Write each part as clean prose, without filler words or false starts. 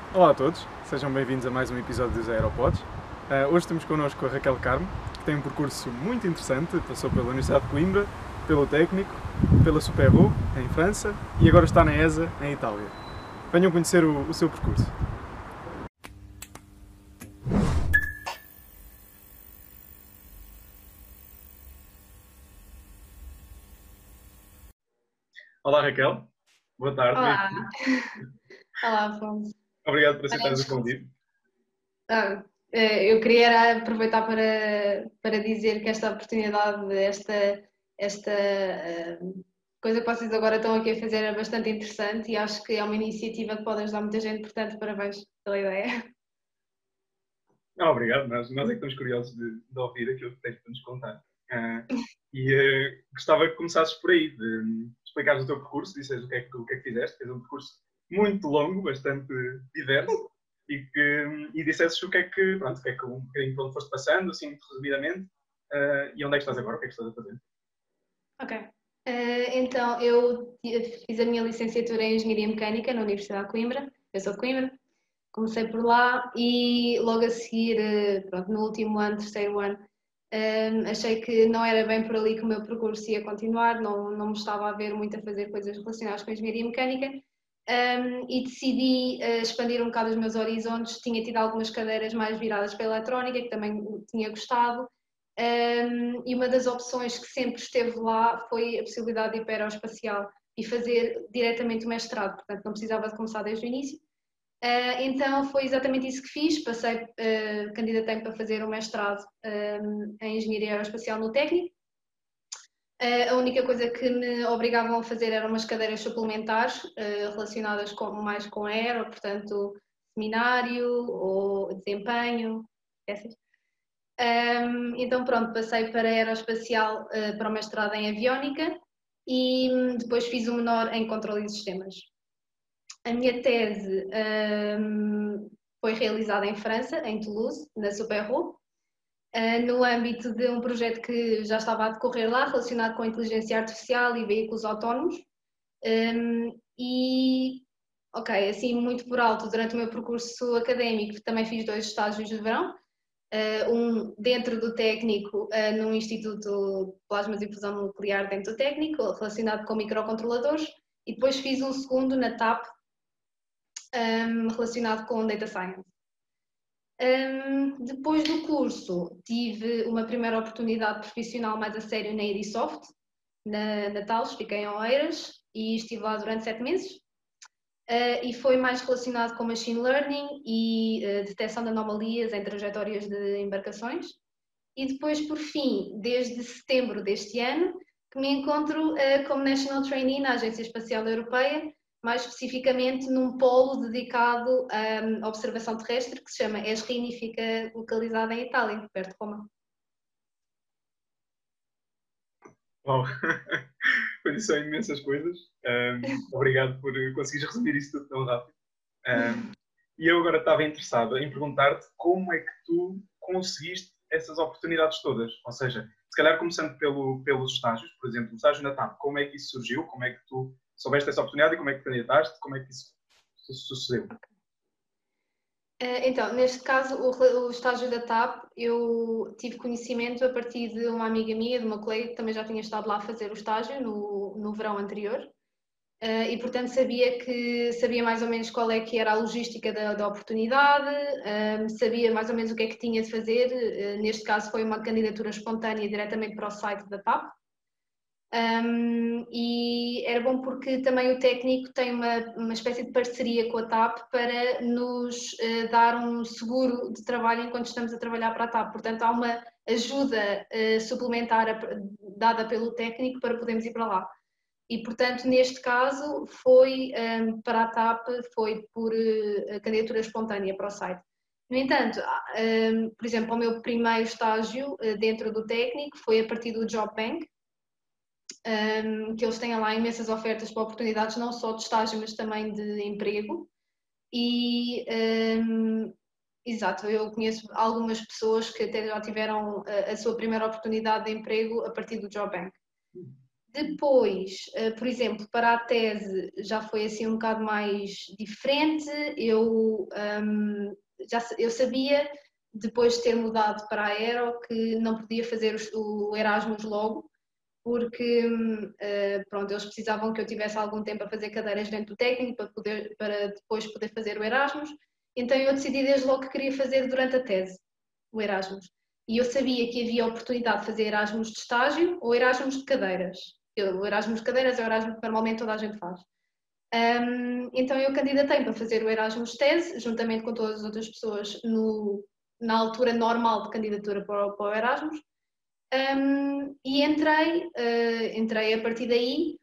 Olá a todos, sejam bem-vindos a mais um episódio dos Aeropods. Hoje temos connosco a Raquel Carmo, que tem um percurso muito interessante, passou pela Universidade de Coimbra, pelo Técnico, pela Superro, em França, e agora está na ESA, em Itália. Venham conhecer o seu percurso. Olá Raquel, boa tarde, Olá, bem-vindo. olá Afonso. Obrigado por Olha, aceitares o desculpe. convite. Eu queria era aproveitar para dizer que esta oportunidade, esta coisa que vocês agora estão aqui a fazer é bastante interessante e acho que é uma iniciativa que pode ajudar muita gente, portanto, parabéns pela ideia. Obrigado, nós é que estamos curiosos de ouvir aquilo que tens para nos contar. Ah, Gostava que começasses por aí, de explicares o teu percurso, disseres o que é que fizeste, fez um percurso muito longo, bastante diverso, e dissesses um bocadinho por onde foste passando, assim, muito resumidamente, e onde é que estás agora, o que é que estás a fazer. Ok. Então, eu fiz a minha licenciatura em Engenharia Mecânica na Universidade de Coimbra, eu sou de Coimbra. Comecei por lá e logo a seguir, pronto, no último ano, terceiro ano, achei que não era bem por ali que o meu percurso ia continuar, não me estava a ver muito a fazer coisas relacionadas com a engenharia mecânica, e decidi expandir um bocado os meus horizontes. Tinha tido algumas cadeiras mais viradas para a eletrónica, que também tinha gostado, e uma das opções que sempre esteve lá foi a possibilidade de ir para a aeroespacial e fazer diretamente o mestrado, portanto não precisava de começar desde o início. Então foi exatamente isso que fiz, candidatei-me para fazer um mestrado em Engenharia Aeroespacial no Técnico. A única coisa que me obrigavam a fazer eram umas cadeiras suplementares relacionadas mais com aero, portanto, seminário ou desempenho, essas. Então pronto, passei para aeroespacial, para o mestrado em aviónica e depois fiz o menor em controle de sistemas. A minha tese foi realizada em França, em Toulouse, na Superro, no âmbito de um projeto que já estava a decorrer lá, relacionado com a inteligência artificial e veículos autónomos. E, ok, assim, muito por alto, durante o meu percurso académico, também fiz 2 estágios de verão. Um dentro do técnico, num Instituto de Plasmas e Fusão Nuclear dentro do técnico, relacionado com microcontroladores, e depois fiz um segundo na TAP, relacionado com Data Science. Depois do curso, tive uma primeira oportunidade profissional mais a sério na Edisoft, na Talos, fiquei em Oeiras e estive lá durante 7 meses. E foi mais relacionado com Machine Learning e detecção de anomalias em trajetórias de embarcações. E depois, por fim, desde setembro deste ano, que me encontro como National Trainee na Agência Espacial Europeia, mais especificamente num polo dedicado à observação terrestre, que se chama ESRIN e fica localizado em Itália, perto de Roma. Bom, são imensas coisas. Obrigado por conseguires resumir isso tudo tão rápido. Um, e eu agora estava interessado em perguntar-te como é que tu conseguiste essas oportunidades todas. Ou seja, se calhar começando pelos estágios, por exemplo, o estágio na TAP, como é que isso surgiu? Como é que tu soubeste essa oportunidade e como é que candidataste? Como é que isso sucedeu? Então, neste caso, o estágio da TAP, eu tive conhecimento a partir de uma amiga minha, de uma colega que também já tinha estado lá a fazer o estágio no verão anterior. E portanto sabia mais ou menos qual é que era a logística da oportunidade, sabia mais ou menos o que é que tinha de fazer. Neste caso foi uma candidatura espontânea diretamente para o site da TAP. E era bom porque também o técnico tem uma espécie de parceria com a TAP para nos dar um seguro de trabalho enquanto estamos a trabalhar para a TAP. Portanto, há uma ajuda suplementar dada pelo técnico para podermos ir para lá. E, portanto, neste caso, foi para a TAP, foi por candidatura espontânea para o site. No entanto, por exemplo, o meu primeiro estágio dentro do técnico foi a partir do Job Bank, que eles têm lá imensas ofertas para oportunidades, não só de estágio, mas também de emprego. E, exato, eu conheço algumas pessoas que até já tiveram a sua primeira oportunidade de emprego a partir do Job Bank. Depois, por exemplo, para a tese já foi assim um bocado mais diferente. Eu sabia, depois de ter mudado para a Aero, que não podia fazer o Erasmus logo, porque pronto, eles precisavam que eu tivesse algum tempo a fazer cadeiras dentro do técnico para depois poder fazer o Erasmus. Então eu decidi desde logo que queria fazer durante a tese o Erasmus. E eu sabia que havia oportunidade de fazer Erasmus de estágio ou Erasmus de cadeiras. O Erasmus de cadeiras é o Erasmus que normalmente toda a gente faz. Então eu candidatei para fazer o Erasmus de tese, juntamente com todas as outras pessoas na altura normal de candidatura para o Erasmus. E entrei a partir daí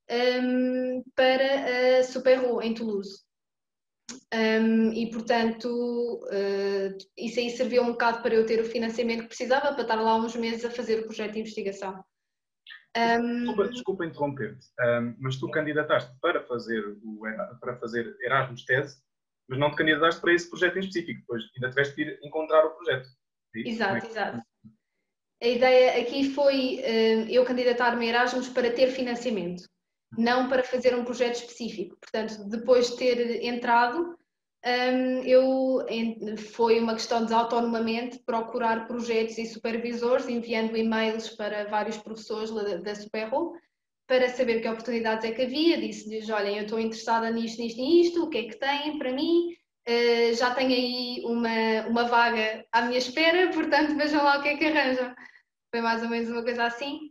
para a Superro, em Toulouse. E portanto, isso aí serviu um bocado para eu ter o financiamento que precisava para estar lá uns meses a fazer o projeto de investigação. Desculpa interromper-te, mas tu candidataste para fazer Erasmus tese, mas não te candidataste para esse projeto em específico, depois ainda tiveste de ir encontrar o projeto. Exato, exato. A ideia aqui foi eu candidatar-me a Erasmus para ter financiamento, não para fazer um projeto específico. Portanto, depois de ter entrado, foi uma questão de autonomamente procurar projetos e supervisores, enviando e-mails para vários professores da Superro para saber que oportunidades é que havia. Disse-lhes, olhem, eu estou interessada nisto, nisto e isto, o que é que têm para mim? Já tenho aí uma vaga à minha espera, portanto vejam lá o que é que arranjam. Foi mais ou menos uma coisa assim.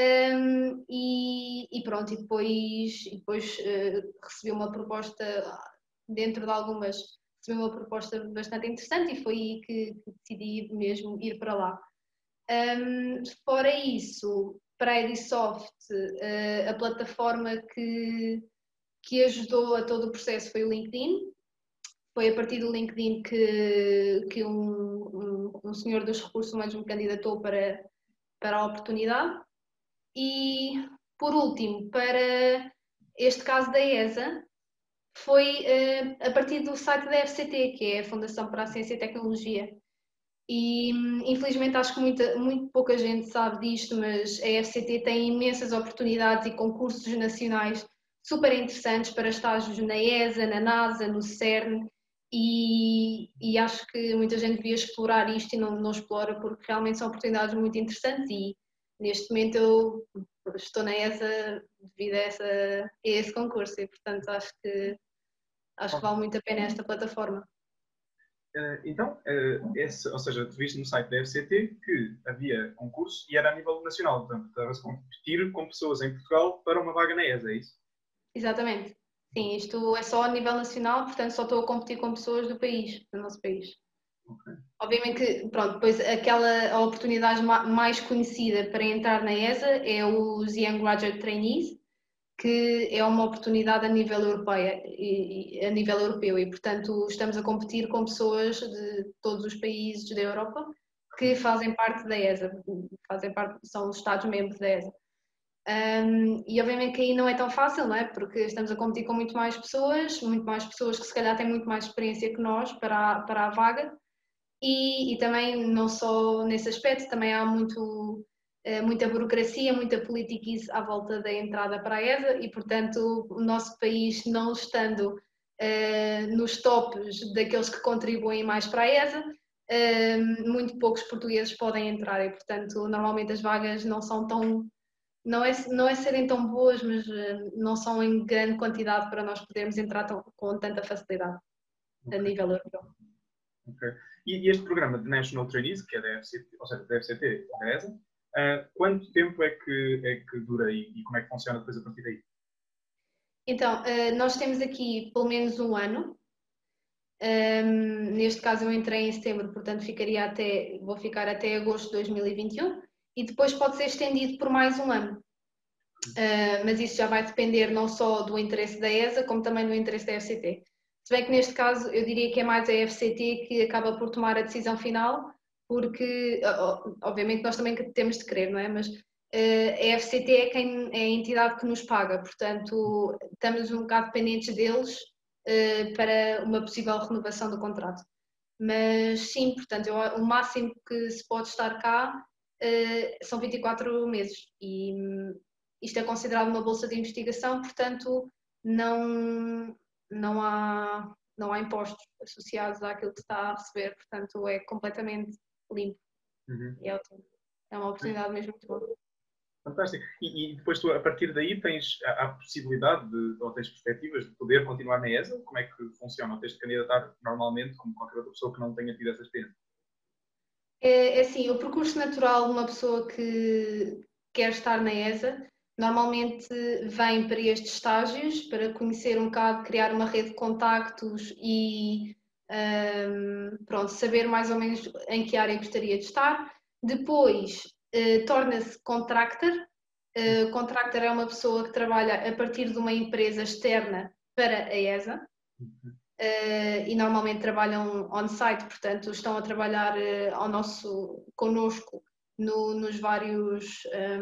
E pronto, e depois recebi uma proposta dentro de algumas, recebi uma proposta bastante interessante e foi aí que decidi mesmo ir para lá. Fora isso, para a Edisoft, a plataforma que ajudou a todo o processo foi o LinkedIn. Foi a partir do LinkedIn que um senhor dos recursos humanos me candidatou para a oportunidade. E, por último, para este caso da ESA, foi a partir do site da FCT, que é a Fundação para a Ciência e Tecnologia. E, infelizmente, acho que muito pouca gente sabe disto, mas a FCT tem imensas oportunidades e concursos nacionais super interessantes para estágios na ESA, na NASA, no CERN, e acho que muita gente devia explorar isto e não explora, porque realmente são oportunidades muito interessantes e neste momento eu estou na ESA devido a esse concurso e portanto acho que vale muito a pena esta plataforma. Então, ou seja, tu viste no site da FCT que havia concurso e era a nível nacional, portanto, estava-se a competir com pessoas em Portugal para uma vaga na ESA, é isso? Exatamente. Sim, isto é só a nível nacional, portanto só estou a competir com pessoas do nosso país. Okay. Obviamente que, pronto, depois a oportunidade mais conhecida para entrar na ESA é os Young Graduate Trainees, que é uma oportunidade a nível europeu e, portanto, estamos a competir com pessoas de todos os países da Europa que fazem parte da ESA, são os Estados-membros da ESA. E obviamente que aí não é tão fácil, não é? Porque estamos a competir com muito mais pessoas que se calhar têm muito mais experiência que nós para a vaga e também não só nesse aspecto, também há muita burocracia, muita politiquice à volta da entrada para a ESA e portanto o nosso país não estando nos tops daqueles que contribuem mais para a ESA, muito poucos portugueses podem entrar e portanto normalmente as vagas não são tão não é serem tão boas, mas não são em grande quantidade para nós podermos entrar com tanta facilidade a nível europeu. Okay. E este programa de National Trainees, que é da FCT, ou seja, da FCT, da ESA, quanto tempo é que dura e como é que funciona depois a partir daí? Então, nós temos aqui pelo menos um ano. Neste caso eu entrei em setembro, portanto vou ficar até agosto de 2021 e depois pode ser estendido por mais um ano. Mas isso já vai depender não só do interesse da ESA, como também do interesse da FCT. Se bem que neste caso eu diria que é mais a FCT que acaba por tomar a decisão final, porque obviamente nós também temos de querer, não é? Mas a FCT é a entidade que nos paga, portanto estamos um bocado dependentes deles para uma possível renovação do contrato. Mas sim, portanto, o máximo que se pode estar cá são 24 meses e isto é considerado uma bolsa de investigação, portanto não há impostos associados àquilo que se está a receber, portanto é completamente limpo. É ótimo. É uma oportunidade mesmo muito boa. Fantástico. E depois tu, a partir daí, tens a possibilidade ou tens perspectivas de poder continuar na ESA? Como é que funciona? Ou tens de candidatar normalmente, como qualquer outra pessoa que não tenha tido essa experiência? É assim, o percurso natural de uma pessoa que quer estar na ESA normalmente vem para estes estágios para conhecer um bocado, criar uma rede de contactos e pronto, saber mais ou menos em que área gostaria de estar. Depois torna-se contractor. Contractor é uma pessoa que trabalha a partir de uma empresa externa para a ESA. E normalmente trabalham on-site, portanto estão a trabalhar connosco nos vários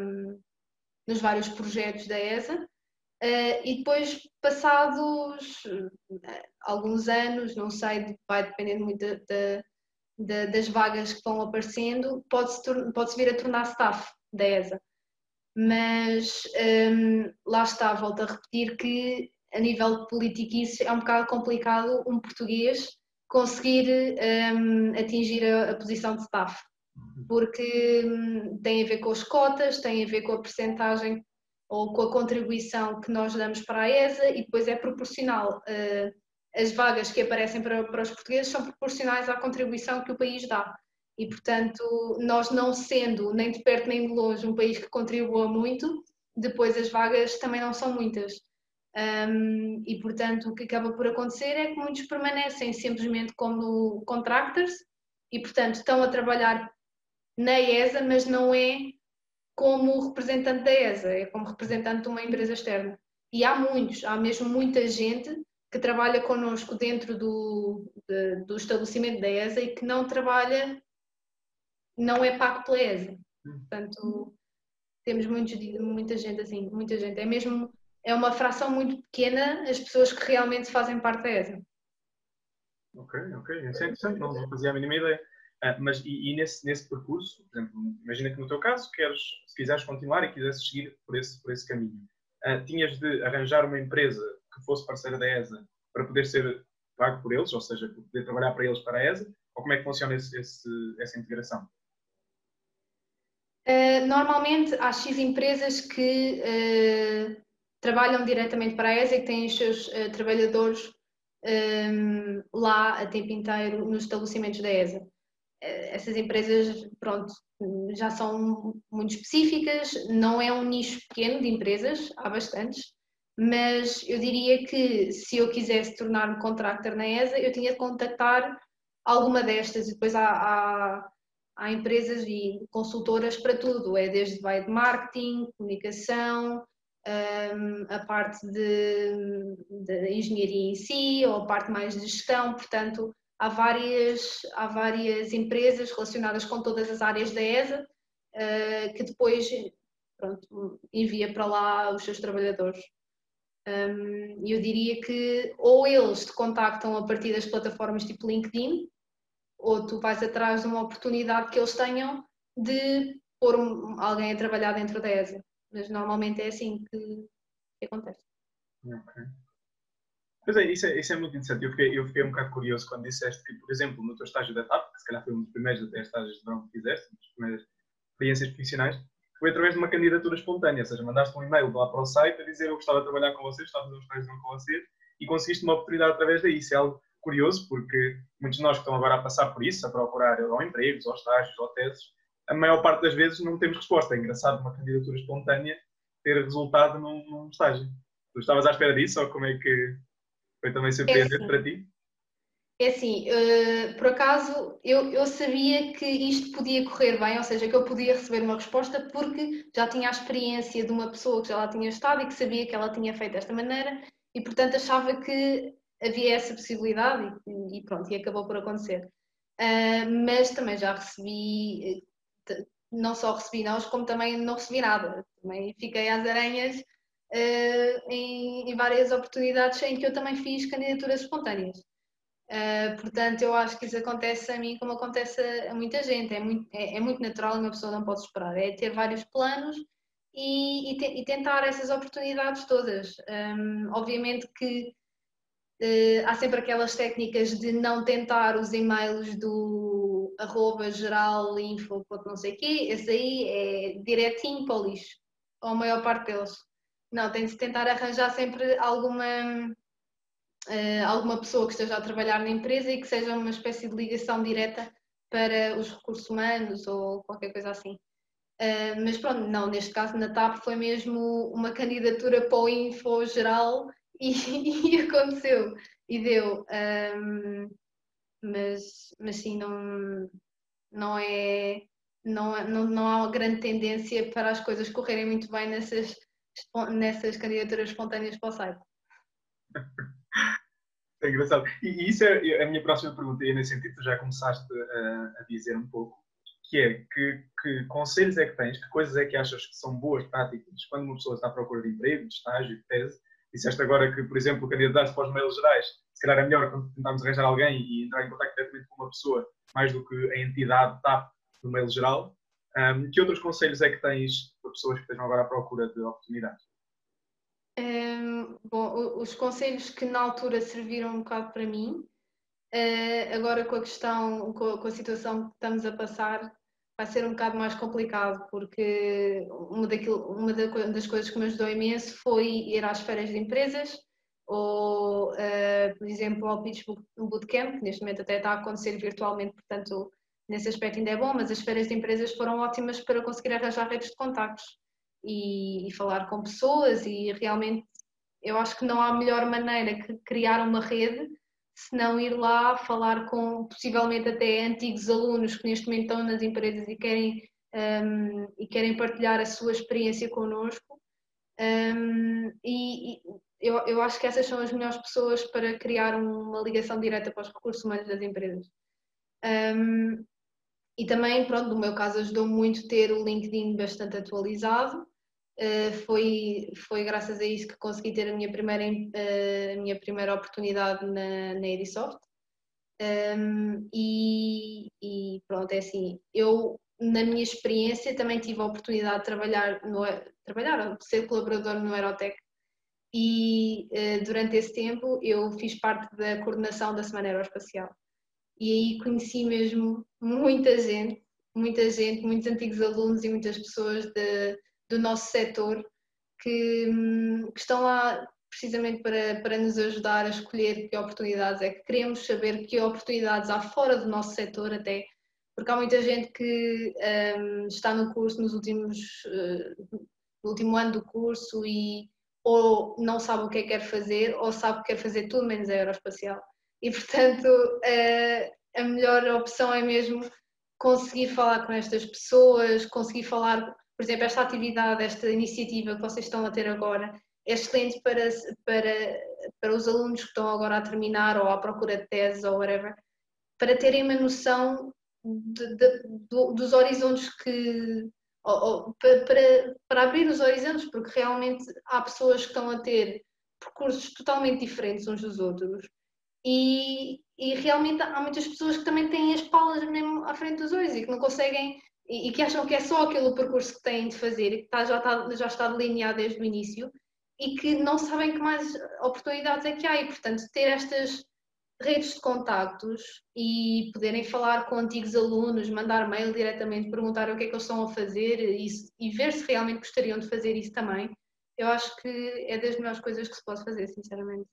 projetos da ESA. E depois, passados alguns anos, não sei, vai dependendo muito das vagas que vão aparecendo, pode-se vir a tornar staff da ESA. Mas lá está, volto a repetir que a nível de politiquice é um bocado complicado um português conseguir atingir a posição de staff, porque tem a ver com as cotas, tem a ver com a percentagem ou com a contribuição que nós damos para a ESA e depois é proporcional. As vagas que aparecem para os portugueses são proporcionais à contribuição que o país dá. E, portanto, nós não sendo nem de perto nem de longe um país que contribua muito, depois as vagas também não são muitas. E, portanto, o que acaba por acontecer é que muitos permanecem simplesmente como contractors e, portanto, estão a trabalhar na ESA, mas não é como representante da ESA, é como representante de uma empresa externa. E há mesmo muita gente que trabalha connosco dentro do estabelecimento da ESA e que não trabalha, não é pago pela ESA. Portanto, temos muita gente assim, muita gente. É uma fração muito pequena as pessoas que realmente fazem parte da ESA. Ok. Isso é interessante, não fazia a mínima ideia. Mas nesse percurso, por exemplo, imagina que no teu caso, se quiseres continuar e quisesses seguir por esse caminho, tinhas de arranjar uma empresa que fosse parceira da ESA para poder ser pago por eles, ou seja, para poder trabalhar para eles para a ESA, ou como é que funciona essa integração? Normalmente há X empresas que trabalham diretamente para a ESA e que têm os seus trabalhadores lá a tempo inteiro nos estabelecimentos da ESA. Essas empresas, pronto, já são muito específicas, não é um nicho pequeno de empresas, há bastantes, mas eu diria que se eu quisesse tornar-me contractor na ESA, eu tinha de contactar alguma destas e depois há empresas e consultoras para tudo, vai de marketing, comunicação, a parte de engenharia em si, ou a parte mais de gestão, portanto, há várias empresas relacionadas com todas as áreas da ESA que depois envia para lá os seus trabalhadores. Eu diria que ou eles te contactam a partir das plataformas tipo LinkedIn, ou tu vais atrás de uma oportunidade que eles tenham de pôr alguém a trabalhar dentro da ESA. Mas normalmente é assim que acontece. Okay. Pois é, isso é muito interessante. Eu fiquei um bocado curioso quando disseste que, por exemplo, no teu estágio da TAP, que se calhar foi um dos primeiros até estágios de verão que fizeste, uma das primeiras experiências profissionais, foi através de uma candidatura espontânea, ou seja, mandaste um e-mail lá para o site a dizer eu gostava de trabalhar com vocês, gostava de fazer um estágio com vocês, e conseguiste uma oportunidade através daí. Isso é algo curioso, porque muitos de nós que estão agora a passar por isso, a procurar ou empregos, ou estágios, ou teses, a maior parte das vezes não temos resposta. É engraçado uma candidatura espontânea ter resultado num estágio. Tu estavas à espera disso, ou como é que foi também surpreendente para ti? É assim, por acaso eu sabia que isto podia correr bem, ou seja, que eu podia receber uma resposta porque já tinha a experiência de uma pessoa que já lá tinha estado e que sabia que ela tinha feito desta maneira e, portanto, achava que havia essa possibilidade e pronto, e acabou por acontecer. Mas também já recebi, não só recebi nós, como também não recebi nada. Também fiquei às aranhas em várias oportunidades em que eu também fiz candidaturas espontâneas. Portanto, eu acho que isso acontece a mim como acontece a muita gente. É muito natural e uma pessoa não pode esperar. É ter vários planos e tentar essas oportunidades todas. Obviamente que há sempre aquelas técnicas de não tentar os e-mails do @geral.info, não sei o quê, esse aí é direitinho para o lixo, ou a maior parte deles. Não, tem de se tentar arranjar sempre alguma pessoa que esteja a trabalhar na empresa e que seja uma espécie de ligação direta para os recursos humanos ou qualquer coisa assim. Mas pronto, não, neste caso na TAP foi mesmo uma candidatura para o Info geral e, e aconteceu e deu. Mas sim, não é. Não há uma grande tendência para as coisas correrem muito bem nessas candidaturas espontâneas para o site. É engraçado. E isso é a minha próxima pergunta, e nesse sentido tu já começaste a dizer um pouco, que é que conselhos é que tens, que coisas é que achas que são boas práticas quando uma pessoa está à procura de emprego, de estágio, de tese. Disseste agora que, por exemplo, candidatar-se para os mails gerais, se calhar é melhor quando tentarmos arranjar alguém e entrar em contato diretamente com uma pessoa, mais do que a entidade TAP do mail geral. Que outros conselhos é que tens para pessoas que estejam agora à procura de oportunidades? Bom, os conselhos que na altura serviram um bocado para mim, agora com a questão, com a situação que estamos a passar, vai ser um bocado mais complicado, porque uma das coisas que me ajudou imenso foi ir às feiras de empresas, ou, por exemplo, ao Pitch Bootcamp, que neste momento até está a acontecer virtualmente, portanto, nesse aspecto ainda é bom, mas as feiras de empresas foram ótimas para conseguir arranjar redes de contactos e falar com pessoas, e realmente eu acho que não há melhor maneira que criar uma rede se não ir lá falar com possivelmente até antigos alunos que neste momento estão nas empresas e querem partilhar a sua experiência connosco. E eu acho que essas são as melhores pessoas para criar uma ligação direta para os recursos humanos das empresas. E também, pronto, no meu caso ajudou muito ter o LinkedIn bastante atualizado. Foi graças a isso que consegui ter a minha primeira oportunidade na Edisoft. E pronto, é assim, eu na minha experiência também tive a oportunidade de ser colaborador no Aerotech e durante esse tempo eu fiz parte da coordenação da Semana Aeroespacial e aí conheci mesmo muitos antigos alunos e muitas pessoas do nosso setor que estão lá precisamente para nos ajudar a escolher que oportunidades é que queremos, saber que oportunidades há fora do nosso setor até, porque há muita gente que está no curso no último ano do curso e ou não sabe o que é que quer fazer ou sabe que quer fazer tudo menos a aeroespacial. E portanto a melhor opção é mesmo conseguir falar com estas pessoas, conseguir falar, por exemplo, esta atividade, esta iniciativa que vocês estão a ter agora, é excelente para os alunos que estão agora a terminar ou à procura de tese ou whatever, para terem uma noção dos horizontes para abrir os horizontes, porque realmente há pessoas que estão a ter percursos totalmente diferentes uns dos outros e realmente há muitas pessoas que também têm as palas mesmo à frente dos olhos e que não conseguem e que acham que é só aquele percurso que têm de fazer e que já está delineado desde o início e que não sabem que mais oportunidades é que há e, portanto, ter estas redes de contactos e poderem falar com antigos alunos, mandar mail diretamente, perguntar o que é que eles estão a fazer e ver se realmente gostariam de fazer isso também, eu acho que é das melhores coisas que se pode fazer, sinceramente.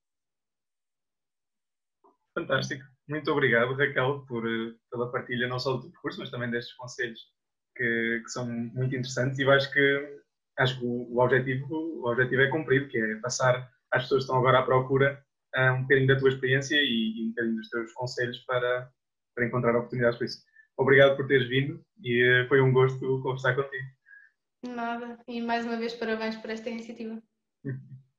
Fantástico. Muito obrigado, Raquel, pela partilha não só do teu percurso, mas também destes conselhos que são muito interessantes e acho que o objetivo é cumprido, que é passar às pessoas que estão agora à procura um bocadinho da tua experiência e um bocadinho dos teus conselhos para encontrar oportunidades para isso. Obrigado por teres vindo e foi um gosto conversar contigo. Nada. E mais uma vez parabéns por esta iniciativa.